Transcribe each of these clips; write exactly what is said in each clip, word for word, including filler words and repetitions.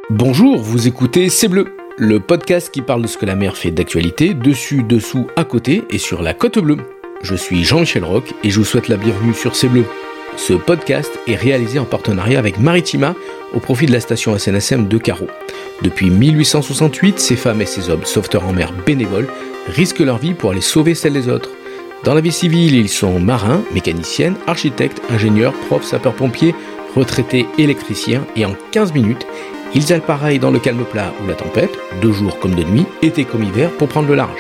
Bonjour, vous écoutez C'est Bleu, le podcast qui parle de ce que la mer fait d'actualité, dessus, dessous, à côté et sur la côte bleue. Je suis Jean-Michel Roch et je vous souhaite la bienvenue sur C'est Bleu. Ce podcast est réalisé en partenariat avec Maritima au profit de la station S N S M de Carreau. Depuis mille huit cent soixante-huit, ces femmes et ces hommes sauveteurs en mer bénévoles risquent leur vie pour aller sauver celle des autres. Dans la vie civile, ils sont marins, mécaniciennes, architectes, ingénieurs, profs, sapeurs-pompiers, retraités, électriciens et en quinze minutes, ils appareillent dans le calme plat ou la tempête, de jour comme de nuit, été comme hiver, pour prendre le large.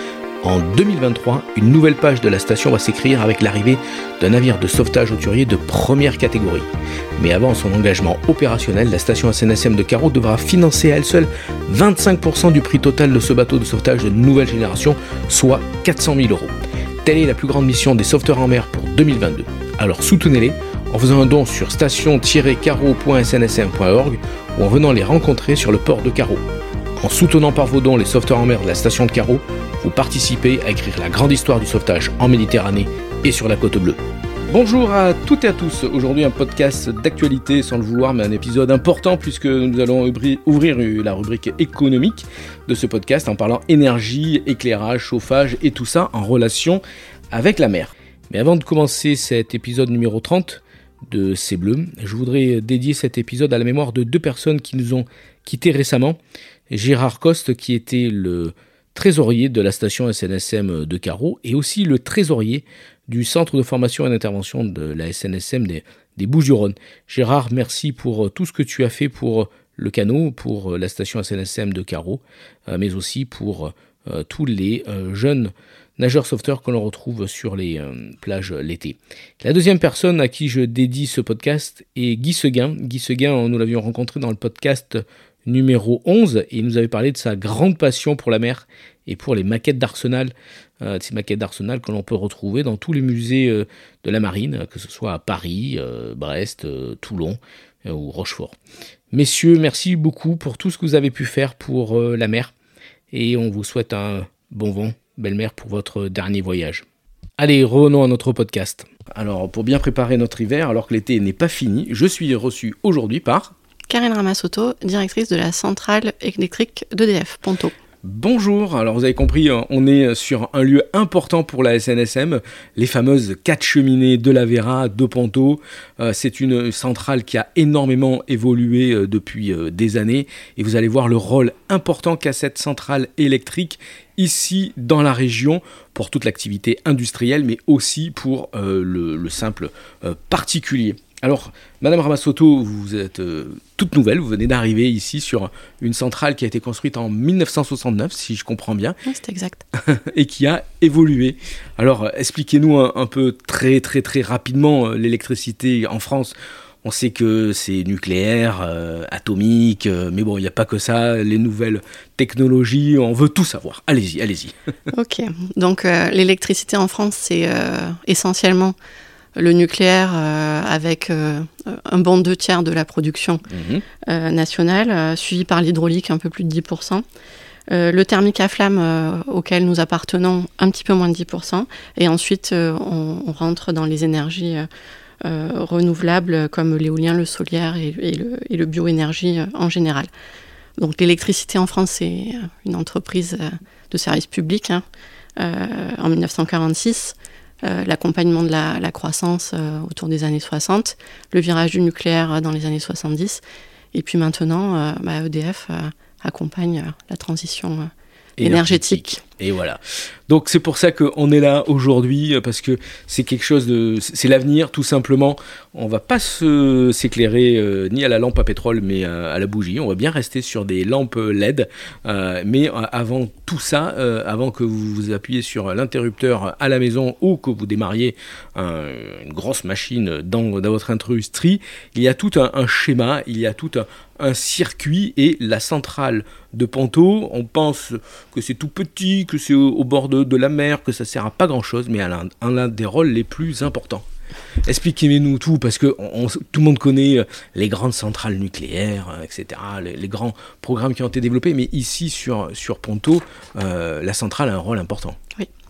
En deux mille vingt-trois, une nouvelle page de la station va s'écrire avec l'arrivée d'un navire de sauvetage hauturier de première catégorie. Mais avant son engagement opérationnel, la station S N S M de Carreau devra financer à elle seule vingt-cinq pour cent du prix total de ce bateau de sauvetage de nouvelle génération, soit quatre cent mille euros. Telle est la plus grande mission des sauveteurs en mer pour deux mille vingt-deux. Alors soutenez-les en faisant un don sur station tiret carreau point s n s m point org ou en venant les rencontrer sur le port de Carreau. En soutenant par vos dons les sauveteurs en mer de la station de Carreau, vous participez à écrire la grande histoire du sauvetage en Méditerranée et sur la côte bleue. Bonjour à toutes et à tous. Aujourd'hui un podcast d'actualité sans le vouloir, mais un épisode important puisque nous allons ouvrir la rubrique économique de ce podcast en parlant énergie, éclairage, chauffage et tout ça en relation avec la mer. Mais avant de commencer cet épisode numéro trente de C'est Bleu, je voudrais dédier cet épisode à la mémoire de deux personnes qui nous ont quittés récemment. Gérard Coste, qui était le trésorier de la station S N S M de Carreau et aussi le trésorier du centre de formation et d'intervention de la S N S M des, des Bouches-du-Rhône. Gérard, merci pour tout ce que tu as fait pour le canot, pour la station S N S M de Carreau, mais aussi pour euh, tous les euh, jeunes nageurs sauveteurs que l'on retrouve sur les euh, plages l'été. La deuxième personne à qui je dédie ce podcast est Guy Seguin. Guy Seguin, nous l'avions rencontré dans le podcast numéro onze et il nous avait parlé de sa grande passion pour la mer et pour les maquettes d'arsenal, euh, ces maquettes d'arsenal que l'on peut retrouver dans tous les musées euh, de la marine, que ce soit à Paris, euh, Brest, euh, Toulon euh, ou Rochefort. Messieurs, merci beaucoup pour tout ce que vous avez pu faire pour euh, la mer et on vous souhaite un bon vent, belle mer pour votre dernier voyage. Allez, revenons à notre podcast. Alors, pour bien préparer notre hiver, alors que l'été n'est pas fini, je suis reçu aujourd'hui par Karine Ramassoto, directrice de la centrale électrique d'E D F, Ponto. Bonjour, alors vous avez compris, on est sur un lieu important pour la S N S M, les fameuses quatre cheminées de la Vera, de Ponto. Euh, c'est une centrale qui a énormément évolué euh, depuis euh, des années et vous allez voir le rôle important qu'a cette centrale électrique ici dans la région pour toute l'activité industrielle mais aussi pour euh, le, le simple euh, particulier. Alors, Madame Ramassoto, vous êtes euh, toute nouvelle, vous venez d'arriver ici sur une centrale qui a été construite en dix-neuf cent soixante-neuf, si je comprends bien. Oui, c'est exact. Et qui a évolué. Alors, expliquez-nous un, un peu très très très rapidement euh, l'électricité en France. On sait que c'est nucléaire, euh, atomique, euh, mais bon, il n'y a pas que ça, les nouvelles technologies, on veut tout savoir. Allez-y, allez-y. Ok, donc euh, l'électricité en France, c'est euh, essentiellement le nucléaire euh, avec euh, un bon deux tiers de la production mmh. euh, nationale, euh, suivi par l'hydraulique, un peu plus de dix pour cent. Euh, le thermique à flamme euh, auquel nous appartenons, un petit peu moins de dix pour cent. Et ensuite, euh, on, on rentre dans les énergies euh, euh, renouvelables comme l'éolien, le solaire et, et, le, et le bioénergie euh, en général. Donc l'électricité en France, c'est une entreprise euh, de service public hein, euh, en dix-neuf cent quarante-six. Euh, l'accompagnement de la, la croissance euh, autour des années soixante, le virage du nucléaire euh, dans les années soixante-dix, et puis maintenant, euh, bah, E D F euh, accompagne euh, la transition euh, énergétique. Et voilà. Donc c'est pour ça qu'on est là aujourd'hui, parce que c'est quelque chose de... C'est l'avenir, tout simplement. On va pas se, s'éclairer euh, ni à la lampe à pétrole, mais euh, à la bougie. On va bien rester sur des lampes L E D. Euh, mais euh, avant tout ça, euh, avant que vous vous appuyez sur l'interrupteur à la maison ou que vous démarriez un, une grosse machine dans, dans votre industrie, il y a tout un, un schéma, il y a tout un, un circuit et la centrale de Ponto, on pense que c'est tout petit, que c'est au, au bord de, de la mer, que ça sert à pas grand chose, mais elle a un, un des rôles les plus importants. Expliquez-nous tout, parce que on, on, tout le monde connaît les grandes centrales nucléaires, et cetera, les, les grands programmes qui ont été développés, mais ici sur, sur Ponto, euh, la centrale a un rôle important. Oui.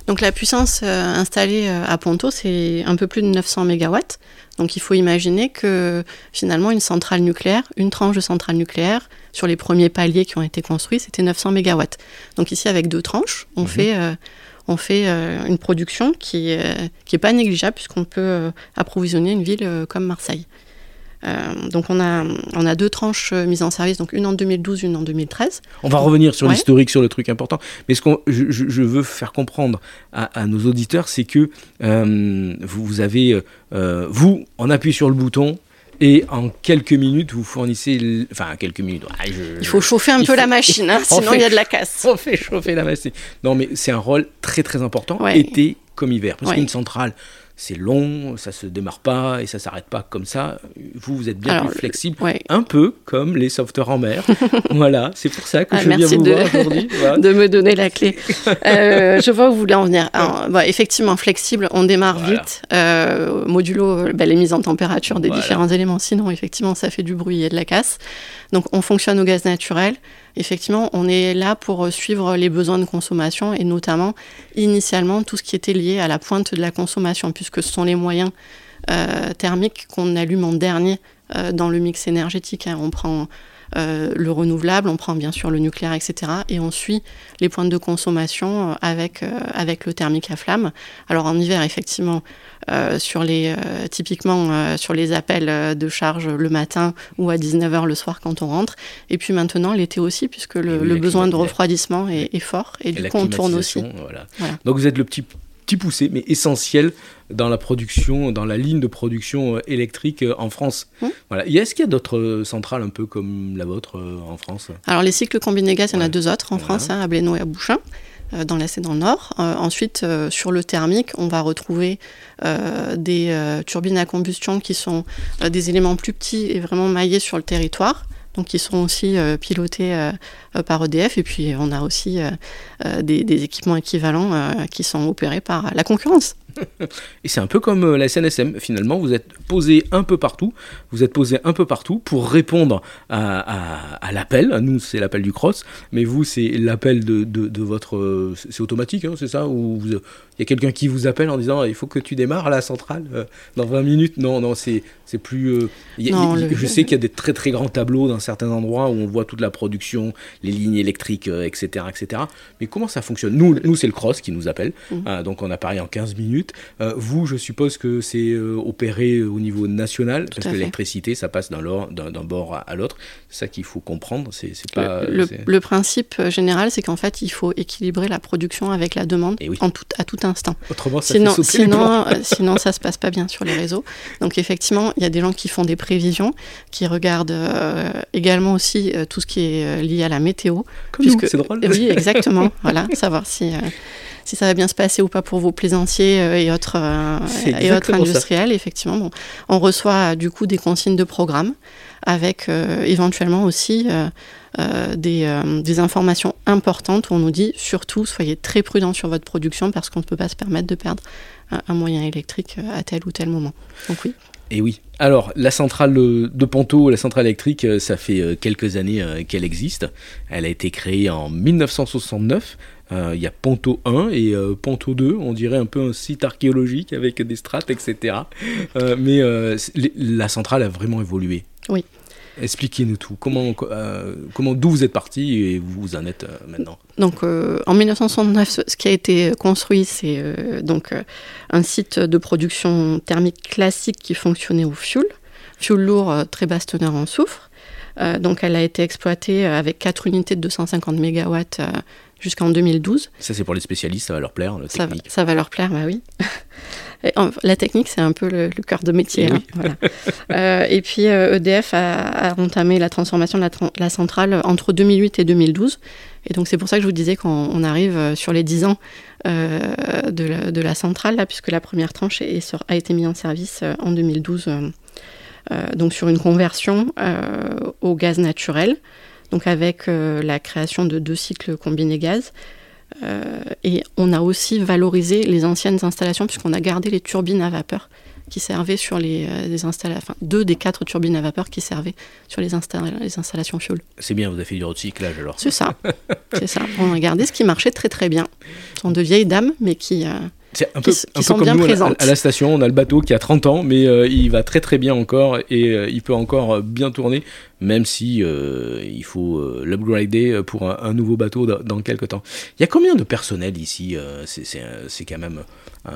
Donc la puissance euh, installée euh, à Ponto, c'est un peu plus de neuf cents mégawatts. Donc il faut imaginer que finalement une centrale nucléaire, une tranche de centrale nucléaire, sur les premiers paliers qui ont été construits, c'était neuf cents mégawatts. Donc ici, avec deux tranches, on mmh. fait, euh, on fait euh, une production qui n'est euh, qui est pas négligeable, puisqu'on peut euh, approvisionner une ville euh, comme Marseille. Euh, donc on a, on a deux tranches euh, mises en service, donc une en deux mille douze, une en deux mille treize. On va revenir sur ouais. l'historique, sur le truc important. Mais ce que je, je veux faire comprendre à, à nos auditeurs, c'est que euh, vous, vous avez, euh, vous, on appuie sur le bouton, et en quelques minutes, vous fournissez... Le... Enfin, quelques minutes... Ah, je, il faut chauffer un peu faut... la machine, hein, sinon il y a de la casse. On fait chauffer la machine. Non, mais c'est un rôle très très important, ouais. été comme hiver. Parce ouais. qu'une centrale... c'est long, ça se démarre pas et ça s'arrête pas comme ça. Vous, vous êtes bien Alors, plus flexible, ouais. un peu comme les sauveteurs en mer. Voilà, c'est pour ça que ah, je viens vous de, voir aujourd'hui. Voilà. De me donner la clé. euh, je vois où vous voulez en venir. Alors, bah, effectivement, flexible, on démarre voilà. vite. Euh, modulo, bah, les mises en température des voilà. différents éléments. Sinon, effectivement, ça fait du bruit et de la casse. Donc, on fonctionne au gaz naturel. Effectivement, on est là pour suivre les besoins de consommation et notamment, initialement, tout ce qui était lié à la pointe de la consommation, puisque ce sont les moyens euh, thermiques qu'on allume en dernier euh, dans le mix énergétique. Hein. On prend euh, le renouvelable, on prend bien sûr le nucléaire, et cetera. Et on suit les pointes de consommation avec, euh, avec le thermique à flamme. Alors en hiver, effectivement, Euh, sur les, euh, typiquement euh, sur les appels euh, de charge le matin ou à dix-neuf heures le soir quand on rentre. Et puis maintenant, l'été aussi, puisque le, oui, le besoin de refroidissement est, est fort. Et, et du coup, on tourne aussi. Voilà. Voilà. Donc vous êtes le petit, petit poussé, mais essentiel dans la production, dans la ligne de production électrique en France. Hum. Voilà. Et est-ce qu'il y a d'autres centrales un peu comme la vôtre en France ? Alors les cycles combinés gaz, il y en a ouais. deux autres en voilà. France, hein, à Blénaud et à Bouchain. Dans l'Est et dans le Nord. Euh, ensuite, euh, sur le thermique, on va retrouver euh, des euh, turbines à combustion qui sont euh, des éléments plus petits et vraiment maillés sur le territoire, donc qui sont aussi euh, pilotés euh, par E D F. Et puis, on a aussi euh, euh, des, des équipements équivalents euh, qui sont opérés par la concurrence. Et c'est un peu comme la S N S M, finalement, vous êtes posé un peu partout, vous êtes posé un peu partout pour répondre à, à, à l'appel. Nous, c'est l'appel du cross, mais vous, c'est l'appel de, de, de votre... C'est automatique, hein, c'est ça ? Ou il y a quelqu'un qui vous appelle en disant « il faut que tu démarres à la centrale euh, dans vingt minutes ». Non, non, c'est, c'est plus... Euh, y a, non, y, le... Je sais qu'il y a des très très grands tableaux dans certains endroits où on voit toute la production, les lignes électriques, euh, et cetera, et cetera. Mais comment ça fonctionne ? Nous, nous, c'est le cross qui nous appelle, mmh. euh, donc on apparaît en quinze minutes. Euh, vous, je suppose que c'est euh, opéré au niveau national, Tout parce que l'électricité, ça passe d'un, d'un, d'un bord à, à l'autre. C'est ça qu'il faut comprendre. C'est, c'est pas, le, c'est... le principe général, c'est qu'en fait, il faut équilibrer la production avec la demande oui. en tout, à tout instant. Autrement, ça sinon, fait sauter sinon, euh, sinon, ça se passe pas bien sur les réseaux. Donc, effectivement, il y a des gens qui font des prévisions, qui regardent euh, également aussi euh, tout ce qui est euh, lié à la météo. Comme puisque, nous, c'est drôle. Oui, exactement. Voilà, savoir si... Euh, si ça va bien se passer ou pas pour vos plaisanciers euh, et autres, euh, et autres industriels. Ça. Effectivement, bon, on reçoit du coup des consignes de programme avec euh, éventuellement aussi euh, euh, des, euh, des informations importantes où on nous dit surtout soyez très prudents sur votre production parce qu'on ne peut pas se permettre de perdre un, un moyen électrique à tel ou tel moment. Donc oui. Et oui. Alors, la centrale de Ponto, la centrale électrique, ça fait quelques années qu'elle existe. Elle a été créée en dix-neuf cent soixante-neuf. Il euh, y a Ponto un et euh, Ponto deux, on dirait un peu un site archéologique avec des strates, et cetera. Euh, mais euh, la centrale a vraiment évolué. Oui. Expliquez-nous tout. Comment, euh, comment, d'où vous êtes parti et où vous en êtes euh, maintenant ? Donc, euh, en dix-neuf cent soixante-neuf, ce qui a été construit, c'est euh, donc euh, un site de production thermique classique qui fonctionnait au fioul, fioul lourd, euh, très basse teneur en soufre. Euh, donc, elle a été exploitée avec quatre unités de deux cent cinquante mégawatts euh, jusqu'en deux mille douze. Ça, c'est pour les spécialistes, ça va leur plaire, la technique. Ça, ça va leur plaire, bah oui. Et, en, la technique, c'est un peu le, le cœur de métier. Et, hein, oui. Voilà. euh, et puis, euh, E D F a, a entamé la transformation de la, la centrale entre deux mille huit et deux mille douze. Et donc, c'est pour ça que je vous disais qu'on on arrive sur les dix ans euh, de, la, de la centrale, là, puisque la première tranche est, est, a été mise en service euh, en deux mille douze, euh, euh, donc sur une conversion euh, au gaz naturel. Donc avec euh, la création de deux cycles combinés gaz. Euh, et on a aussi valorisé les anciennes installations puisqu'on a gardé les turbines à vapeur qui servaient sur les, euh, les installations, enfin deux des quatre turbines à vapeur qui servaient sur les, insta- les installations fioul. C'est bien, vous avez fait du recyclage alors. C'est ça, c'est ça. On a gardé ce qui marchait très très bien. Ce sont de vieilles dames, mais qui... Euh, C'est un peu, qui, un qui peu comme nous à la, à la station, on a le bateau qui a trente ans, mais euh, il va très très bien encore et euh, il peut encore bien tourner, même si euh, il faut euh, l'upgrader pour un, un nouveau bateau dans, dans quelques temps. Il y a combien de personnel ici euh, c'est, c'est, c'est quand même... Euh,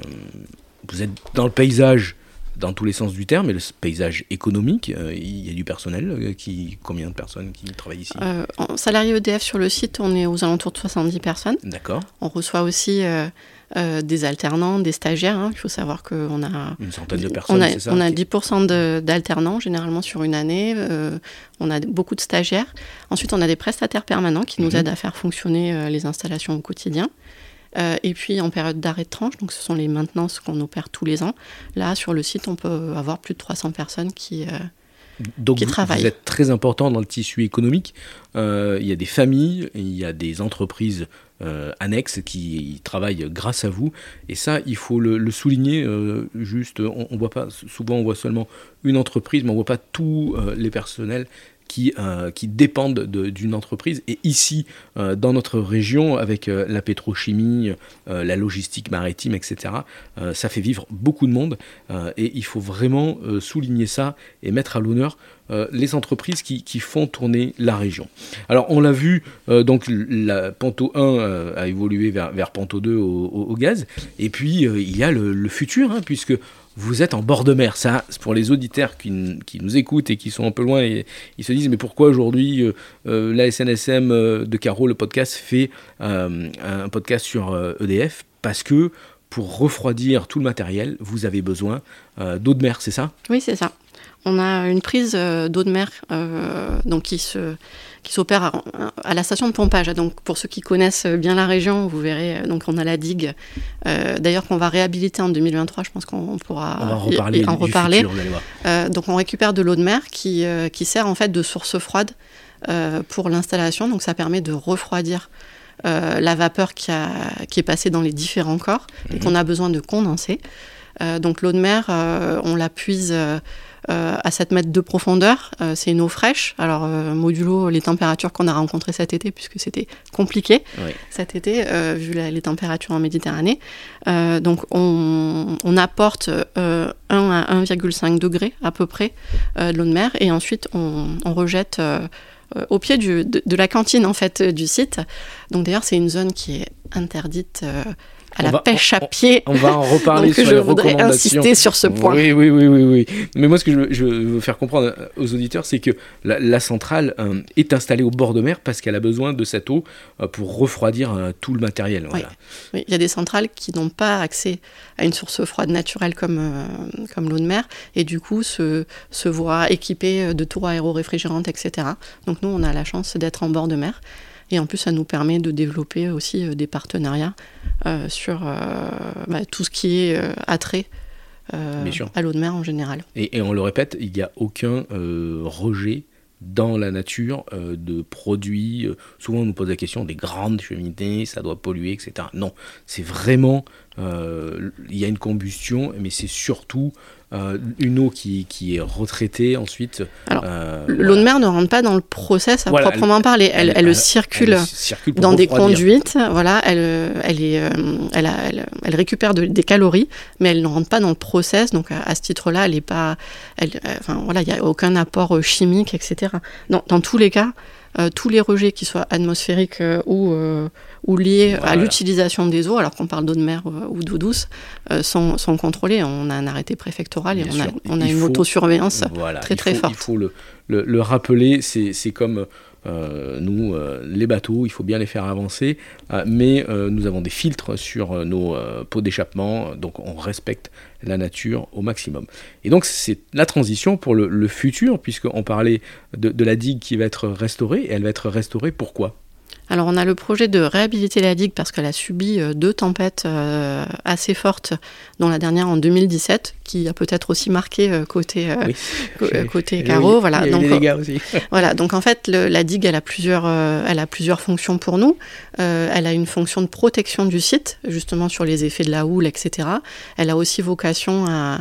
vous êtes dans le paysage dans tous les sens du terme, mais le paysage économique, euh, il y a du personnel. Euh, qui, combien de personnes qui travaillent ici euh, En salariés E D F sur le site, on est aux alentours de soixante-dix personnes. D'accord. On reçoit aussi... Euh, Euh, des alternants, des stagiaires. Hein. Il faut savoir qu'on a... Une centaine de personnes, on a, c'est ça On a dix pour cent de, d'alternants, généralement sur une année. Euh, on a beaucoup de stagiaires. Ensuite, on a des prestataires permanents qui nous mmh. aident à faire fonctionner euh, les installations au quotidien. Euh, et puis, en période d'arrêt de tranche, donc ce sont les maintenances qu'on opère tous les ans. Là, sur le site, on peut avoir plus de trois cents personnes qui... Euh, Donc vous, vous êtes très important dans le tissu économique. Euh, il y a des familles, il y a des entreprises euh, annexes qui travaillent grâce à vous. Et ça, il faut le, le souligner. Euh, juste, on, on voit pas, souvent, on voit seulement une entreprise, mais on voit pas tous euh, les personnels qui, euh, qui dépendent de, d'une entreprise. Et ici, euh, dans notre région, avec euh, la pétrochimie, euh, la logistique maritime, et cetera, euh, ça fait vivre beaucoup de monde. Euh, et il faut vraiment euh, souligner ça et mettre à l'honneur euh, les entreprises qui, qui font tourner la région. Alors, on l'a vu, euh, donc la Ponto un euh, a évolué vers, vers Ponto deux au, au, au gaz. Et puis, euh, il y a le, le futur, hein, puisque vous êtes en bord de mer. Ça, c'est pour les auditeurs qui, qui nous écoutent et qui sont un peu loin, et ils se disent mais pourquoi aujourd'hui euh, euh, la S N S M euh, de Caro, le podcast, fait euh, un podcast sur euh, E D F? Parce que pour refroidir tout le matériel, vous avez besoin euh, d'eau de mer, c'est ça? Oui, c'est ça. On a une prise euh, d'eau de mer euh, donc qui, se, qui s'opère à, à la station de pompage. Donc, pour ceux qui connaissent bien la région, vous verrez, donc on a la digue, euh, d'ailleurs qu'on va réhabiliter en deux mille vingt-trois, je pense qu'on pourra on va reparler y, y en du reparler. Futur, euh, donc on récupère de l'eau de mer qui, euh, qui sert en fait de source froide euh, pour l'installation. Donc ça permet de refroidir euh, la vapeur qui, a, qui est passée dans les différents corps et mmh. qu'on a besoin de condenser. Euh, donc l'eau de mer, euh, on la puise... Euh, Euh, à sept mètres de profondeur, euh, c'est une eau fraîche. Alors, euh, modulo les températures qu'on a rencontrées cet été, puisque c'était compliqué oui. cet été, euh, vu la, les températures en Méditerranée. Euh, donc, on, on apporte euh, un à un virgule cinq degrés à peu près euh, de l'eau de mer, et ensuite on, on rejette euh, au pied du, de, de la cantine en fait du site. Donc, d'ailleurs, c'est une zone qui est interdite. Euh, à on la va, pêche on, à pied. On va en reparler Donc, sur je les voudrais insister sur ce point. Oui, oui, oui, oui, oui. Mais moi, ce que je, je veux faire comprendre aux auditeurs, c'est que la, la centrale euh, est installée au bord de mer parce qu'elle a besoin de cette eau euh, pour refroidir euh, tout le matériel. Voilà. Oui. Oui, il y a des centrales qui n'ont pas accès à une source froide naturelle comme, euh, comme l'eau de mer et du coup se, se voient équipées de tours aéro-réfrigérantes, et cetera. Donc nous, on a la chance d'être en bord de mer. Et en plus, ça nous permet de développer aussi euh, des partenariats euh, sur euh, bah, tout ce qui est euh, attrait euh, à l'eau de mer en général. Et, et on le répète, il n'y a aucun euh, rejet dans la nature euh, de produits. Euh, souvent, on nous pose la question des grandes cheminées, ça doit polluer, et cetera. Non, c'est vraiment... Euh, il y a une combustion, mais c'est surtout... Euh, une eau qui, qui est retraitée ensuite. Alors, euh, l'eau voilà. de mer ne rentre pas dans le process à voilà, proprement elle, parler. Elle, elle, elle, elle circule, elle circule dans des conduites. Voilà, elle, elle, est, euh, elle, a, elle, elle récupère de, des calories, mais elle ne rentre pas dans le process. Donc, à, à ce titre-là, elle est pas. Elle, euh, enfin, voilà, il n'y a aucun apport chimique, et cetera. Dans, dans tous les cas, euh, tous les rejets, qu'ils soient atmosphériques euh, ou, euh, ou liés voilà. à l'utilisation des eaux, alors qu'on parle d'eau de mer euh, ou d'eau douce, euh, sont, sont contrôlés. On a un arrêté préfectoral et on a, on a une faut, autosurveillance voilà, très très faut, forte. Il faut le, le, le rappeler, c'est, c'est comme euh, nous, euh, les bateaux, il faut bien les faire avancer, euh, mais euh, nous avons des filtres sur euh, nos euh, pots d'échappement, donc on respecte la nature au maximum. Et donc c'est la transition pour le, le futur, puisqu'on parlait de, de la digue qui va être restaurée, et elle va être restaurée pourquoi ? Alors on a le projet de réhabiliter la digue parce qu'elle a subi euh, deux tempêtes euh, assez fortes, dont la dernière en deux mille dix-sept, qui a peut-être aussi marqué euh, côté, euh, oui. co- côté carreau. Voilà. Il y a donc, eu des dégâts aussi. Voilà, donc en fait le, la digue elle a plusieurs, euh, elle a plusieurs fonctions pour nous. Euh, elle a une fonction de protection du site, justement sur les effets de la houle, et cetera. Elle a aussi vocation à,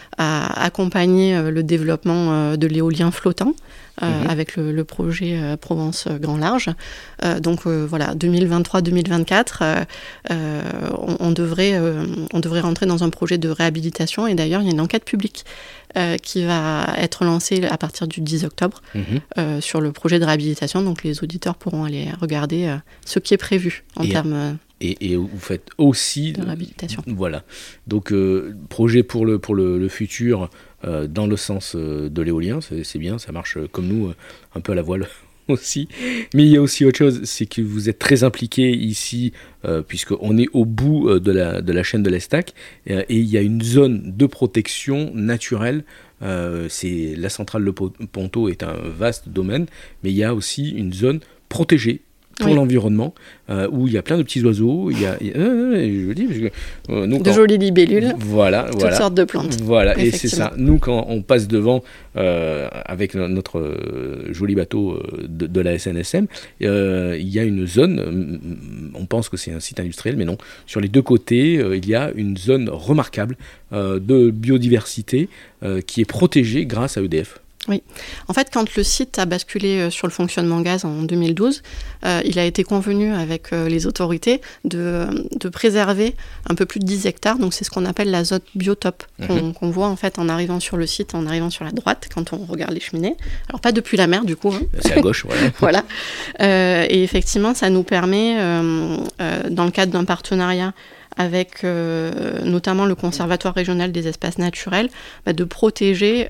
à accompagner euh, le développement euh, de l'éolien flottant. Euh, mmh. Avec le, le projet euh, Provence Grand Large. Euh, donc euh, voilà, deux mille vingt-trois deux mille vingt-quatre, euh, euh, on, on, devrait, euh, on devrait rentrer dans un projet de réhabilitation. Et d'ailleurs, il y a une enquête publique euh, qui va être lancée à partir du dix octobre mmh. euh, sur le projet de réhabilitation. Donc les auditeurs pourront aller regarder euh, ce qui est prévu en et termes... Euh, Et, et vous faites aussi de réhabilitation. Voilà. Donc euh, projet pour le pour le, le futur euh, dans le sens euh, de l'éolien, c'est, c'est bien, ça marche comme nous, euh, un peu à la voile aussi. Mais il y a aussi autre chose, c'est que vous êtes très impliqué ici, euh, puisqu'on est au bout euh, de la de la chaîne de l'Estac, euh, et il y a une zone de protection naturelle. Euh, c'est la centrale Le Ponto est un vaste domaine, mais il y a aussi une zone protégée pour oui. l'environnement, euh, où il y a plein de petits oiseaux, il y a, il y a euh, je dis, parce que, euh, nous, de quand, jolies libellules, voilà, toutes voilà, sortes de plantes. Voilà, et c'est ça. Nous, quand on passe devant euh, avec notre euh, joli bateau euh, de, de la S N S M, euh, il y a une zone, euh, on pense que c'est un site industriel, mais non. Sur les deux côtés, euh, il y a une zone remarquable euh, de biodiversité euh, qui est protégée grâce à E D F. Oui. En fait, quand le site a basculé sur le fonctionnement gaz en deux mille douze, euh, il a été convenu avec euh, les autorités de, de préserver un peu plus de dix hectares. Donc, c'est ce qu'on appelle la zone biotope, mmh. qu'on, qu'on voit en fait en arrivant sur le site, en arrivant sur la droite, quand on regarde les cheminées. Alors, pas depuis la mer, du coup. Hein. C'est à gauche, voilà. Voilà. Euh, et effectivement, ça nous permet, euh, euh, dans le cadre d'un partenariat avec euh, notamment le Conservatoire régional des espaces naturels, bah, de protéger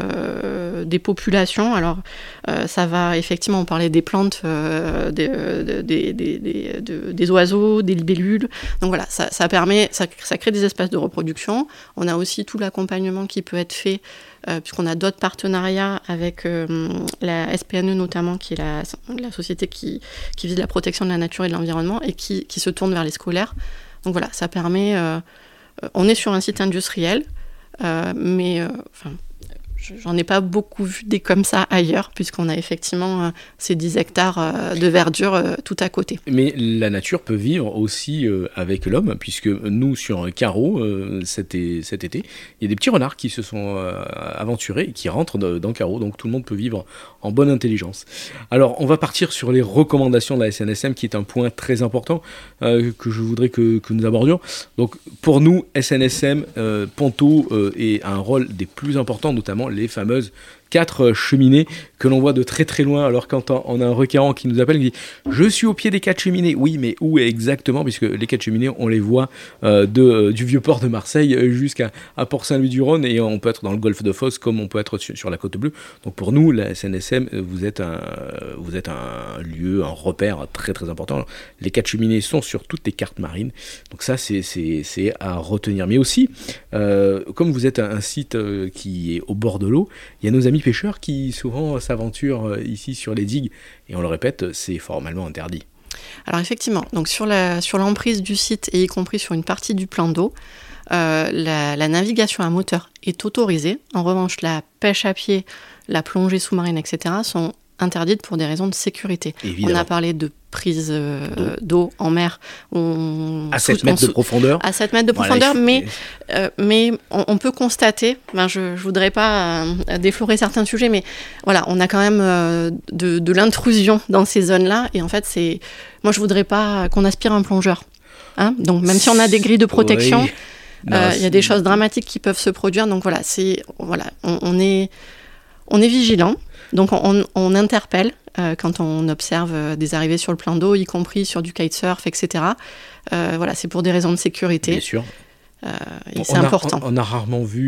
euh, des populations. Alors, euh, ça va effectivement, on parlait des plantes, euh, des, euh, des, des, des, de, des oiseaux, des libellules. Donc voilà, ça, ça permet, ça, ça crée des espaces de reproduction. On a aussi tout l'accompagnement qui peut être fait, euh, puisqu'on a d'autres partenariats avec euh, la S P N E notamment, qui est la, la société qui, qui vise la protection de la nature et de l'environnement et qui, qui se tourne vers les scolaires. Donc voilà, ça permet... Euh, on est sur un site industriel, euh, mais... Enfin, euh, j'en ai pas beaucoup vu des comme ça ailleurs, puisqu'on a effectivement euh, ces dix hectares euh, de verdure euh, tout à côté. Mais la nature peut vivre aussi euh, avec l'homme, puisque nous, sur un carreau, euh, cet, é- cet été, il y a des petits renards qui se sont euh, aventurés et qui rentrent de, dans le carreau, donc tout le monde peut vivre en bonne intelligence. Alors, on va partir sur les recommandations de la S N S M, qui est un point très important euh, que je voudrais que, que nous abordions. Donc, pour nous, S N S M, euh, Ponto euh, est un rôle des plus importants, notamment les fameuses quatre cheminées que l'on voit de très très loin. Alors quand on a un requérant qui nous appelle, il dit « Je suis au pied des quatre cheminées ». Oui, mais où exactement ? Puisque les quatre cheminées, on les voit euh, de, euh, du vieux port de Marseille jusqu'à à Port-Saint-Louis-du-Rhône, et on peut être dans le golfe de Fos comme on peut être sur, sur la Côte Bleue. Donc pour nous, la S N S M, vous êtes un, vous êtes un lieu, un repère très très important. Alors, les quatre cheminées sont sur toutes les cartes marines. Donc ça, c'est, c'est, c'est à retenir. Mais aussi, euh, comme vous êtes un, un site euh, qui est au bord de l'eau, il y a nos amis pêcheurs qui souvent s'aventurent ici sur les digues, et on le répète, c'est formellement interdit. Alors effectivement, donc sur, la, sur l'emprise du site et y compris sur une partie du plan d'eau, euh, la, la navigation à moteur est autorisée. En revanche, la pêche à pied, la plongée sous-marine, et cetera sont interdites pour des raisons de sécurité. Évidemment. On a parlé de prise euh, d'eau. d'eau en mer. On, à sept mètres de profondeur. À sept mètres de profondeur, voilà, mais, euh, mais on, on peut constater, ben je ne voudrais pas euh, déflorer certains sujets, mais voilà, on a quand même euh, de, de l'intrusion dans ces zones-là, et en fait, c'est, moi je ne voudrais pas qu'on aspire un plongeur. Hein, donc même si on a des grilles de protection, il oui. euh, y a des choses dramatiques qui peuvent se produire, donc voilà, c'est, voilà on, on, est, on est vigilant. Donc on, on interpelle euh, quand on observe euh, des arrivées sur le plan d'eau, y compris sur du kitesurf, et cetera. Euh, voilà, c'est pour des raisons de sécurité. Bien sûr. Euh, et on c'est a, important. On, on a rarement vu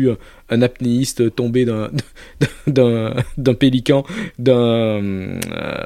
un apnéiste tombé d'un, d'un, d'un pélican, d'un, euh,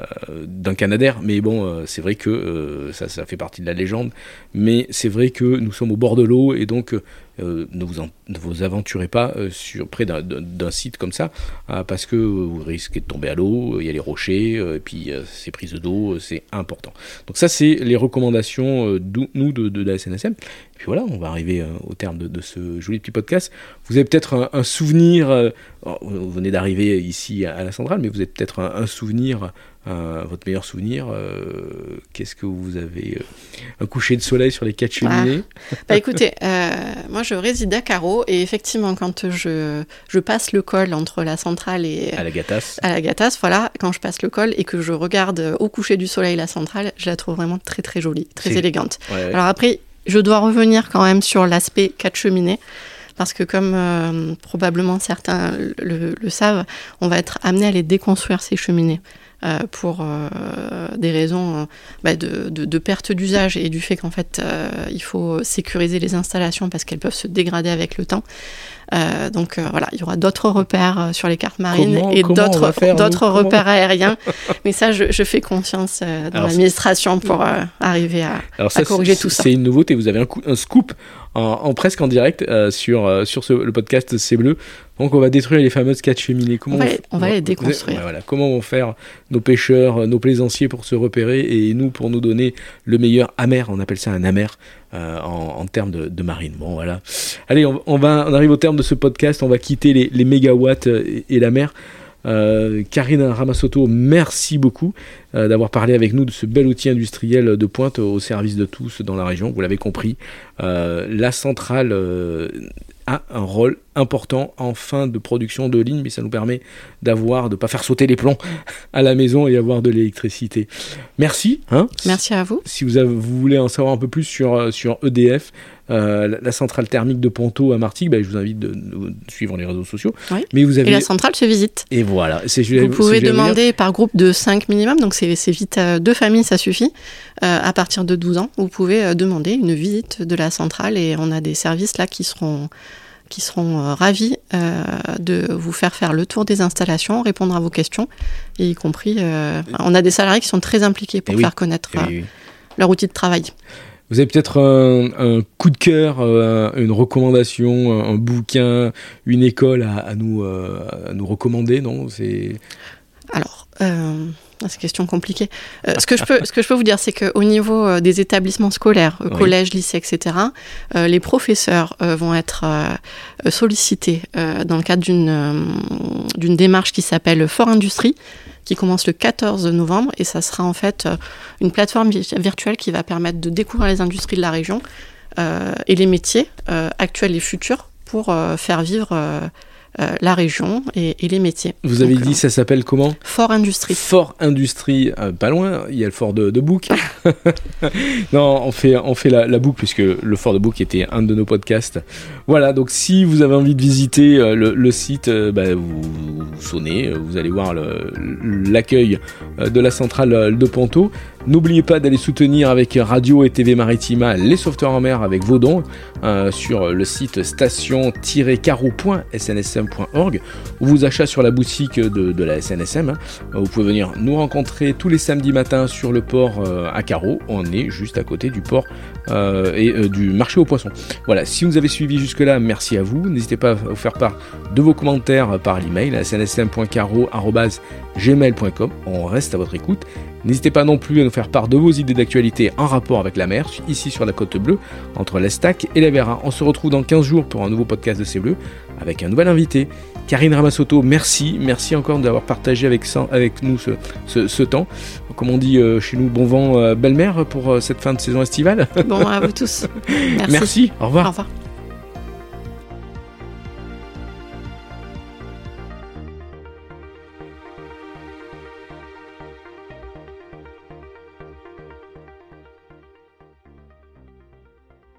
d'un canadair. Mais bon, euh, c'est vrai que euh, ça, ça fait partie de la légende. Mais c'est vrai que nous sommes au bord de l'eau et donc euh, ne, vous en, ne vous aventurez pas euh, sur, près d'un, d'un site comme ça euh, parce que vous risquez de tomber à l'eau, il y a les rochers, euh, et puis euh, ces prises d'eau, euh, c'est important. Donc ça, c'est les recommandations euh, de, nous de, de la S N S M. Et puis voilà, on va arriver euh, au terme de, de ce joli petit podcast. Vous avez peut-être un, un souvenir, euh, vous venez d'arriver ici à, à la centrale, mais vous avez peut-être un, un souvenir, un, votre meilleur souvenir. Euh, qu'est-ce que vous avez euh, un coucher de soleil sur les quatre cheminées. Ah. Bah écoutez, euh, moi je réside à Carreau et effectivement quand je, je passe le col entre la centrale et à la Gatas, à la Gatas, voilà, quand je passe le col et que je regarde au coucher du soleil la centrale, je la trouve vraiment très très jolie, très C'est... élégante. Ouais, ouais. Alors après, je dois revenir quand même sur l'aspect quatre cheminées. Parce que comme euh, probablement certains le, le, le savent, on va être amené à les déconstruire, ces cheminées, euh, pour euh, des raisons euh, bah de, de, de perte d'usage et du fait qu'en fait, euh, il faut sécuriser les installations parce qu'elles peuvent se dégrader avec le temps. Euh, donc euh, voilà, il y aura d'autres repères euh, sur les cartes marines comment, et comment d'autres, faire, d'autres nous, repères aériens. Mais ça, je, je fais confiance euh, dans Alors, l'administration pour euh, arriver à, Alors ça, à corriger c'est, tout ça. C'est une nouveauté, vous avez un, coup, un scoop en, en presque en direct euh, sur, euh, sur ce, le podcast C'est Bleu. Donc on va détruire les fameuses quatre cheminées. Comment on va, on, les, on va les déconstruire. Ouais, voilà. Comment vont faire nos pêcheurs, nos plaisanciers pour se repérer et nous pour nous donner le meilleur amer, on appelle ça un amer euh, en, en termes de, de marine. Bon voilà. Allez, on, on, va, on arrive au terme de ce podcast, on va quitter les, les mégawatts et, et la mer. Euh, Karine Ramasotto, merci beaucoup euh, d'avoir parlé avec nous de ce bel outil industriel de pointe au service de tous dans la région. Vous l'avez compris, euh, la centrale euh, a un rôle important en fin de production de ligne, mais ça nous permet d'avoir, de ne pas faire sauter les plombs à la maison et avoir de l'électricité. Merci. Hein, merci à vous. Si vous, avez, vous voulez en savoir un peu plus sur, sur E D F, Euh, la, la centrale thermique de Ponto à Martigues, bah, je vous invite de, de, de suivre les réseaux sociaux. Oui. Mais vous avez... Et la centrale se visite. Et voilà. C'est, vous c'est, pouvez demander par groupe de cinq minimum, donc c'est, c'est vite, euh, deux familles ça suffit. Euh, à partir de douze ans, vous pouvez euh, demander une visite de la centrale et on a des services là qui seront, qui seront euh, ravis euh, de vous faire faire le tour des installations, répondre à vos questions, et y compris, euh, on a des salariés qui sont très impliqués pour et faire oui. connaître euh, oui, oui. leur outil de travail. Vous avez peut-être un, un coup de cœur, un, une recommandation, un, un bouquin, une école à, à, nous, à nous recommander, non ? C'est... Alors, euh, c'est une question compliquée. Euh, ce, que je peux, ce que je peux vous dire, c'est qu'au niveau des établissements scolaires, oui. collèges, lycées, et cetera, euh, les professeurs euh, vont être euh, sollicités euh, dans le cadre d'une, euh, d'une démarche qui s'appelle Fort Industrie, qui commence le quatorze novembre, et ça sera en fait une plateforme virtuelle qui va permettre de découvrir les industries de la région euh, et les métiers euh, actuels et futurs pour euh, faire vivre euh, euh, la région et, et les métiers. Vous avez Donc, dit, euh, ça s'appelle comment ? Fort Industrie. Fort Industrie, euh, pas loin, il y a le fort de, de Bouc. Non, on fait, on fait la, la Bouc, puisque le fort de Bouc était un de nos podcasts. Voilà, donc si vous avez envie de visiter euh, le, le site, euh, bah, vous, vous sonnez, vous allez voir le, l'accueil de la centrale de Ponto. N'oubliez pas d'aller soutenir avec Radio et T V Maritima les sauveteurs en mer avec vos dons euh, sur le site station tiret carreau point s n s m point org ou vos achats sur la boutique de, de la S N S M. Hein. Vous pouvez venir nous rencontrer tous les samedis matins sur le port euh, à Carreau. On est juste à côté du port euh, et euh, du marché aux poissons. Voilà, si vous nous avez suivi jusque-là, merci à vous. N'hésitez pas à vous faire part de vos commentaires par l'email à s n s m point carreau arobase gmail point com. On reste à votre écoute. N'hésitez pas non plus à nous faire part de vos idées d'actualité en rapport avec la mer, ici sur la Côte Bleue, entre l'Estac et la Vera. On se retrouve dans quinze jours pour un nouveau podcast de C'est Bleu, avec un nouvel invité. Karine Ramasotto, merci. Merci encore d'avoir partagé avec, avec nous ce, ce, ce temps. Comme on dit euh, chez nous, bon vent, euh, belle mer pour euh, cette fin de saison estivale. Bon à vous tous. Merci. Merci. Au revoir. Au revoir.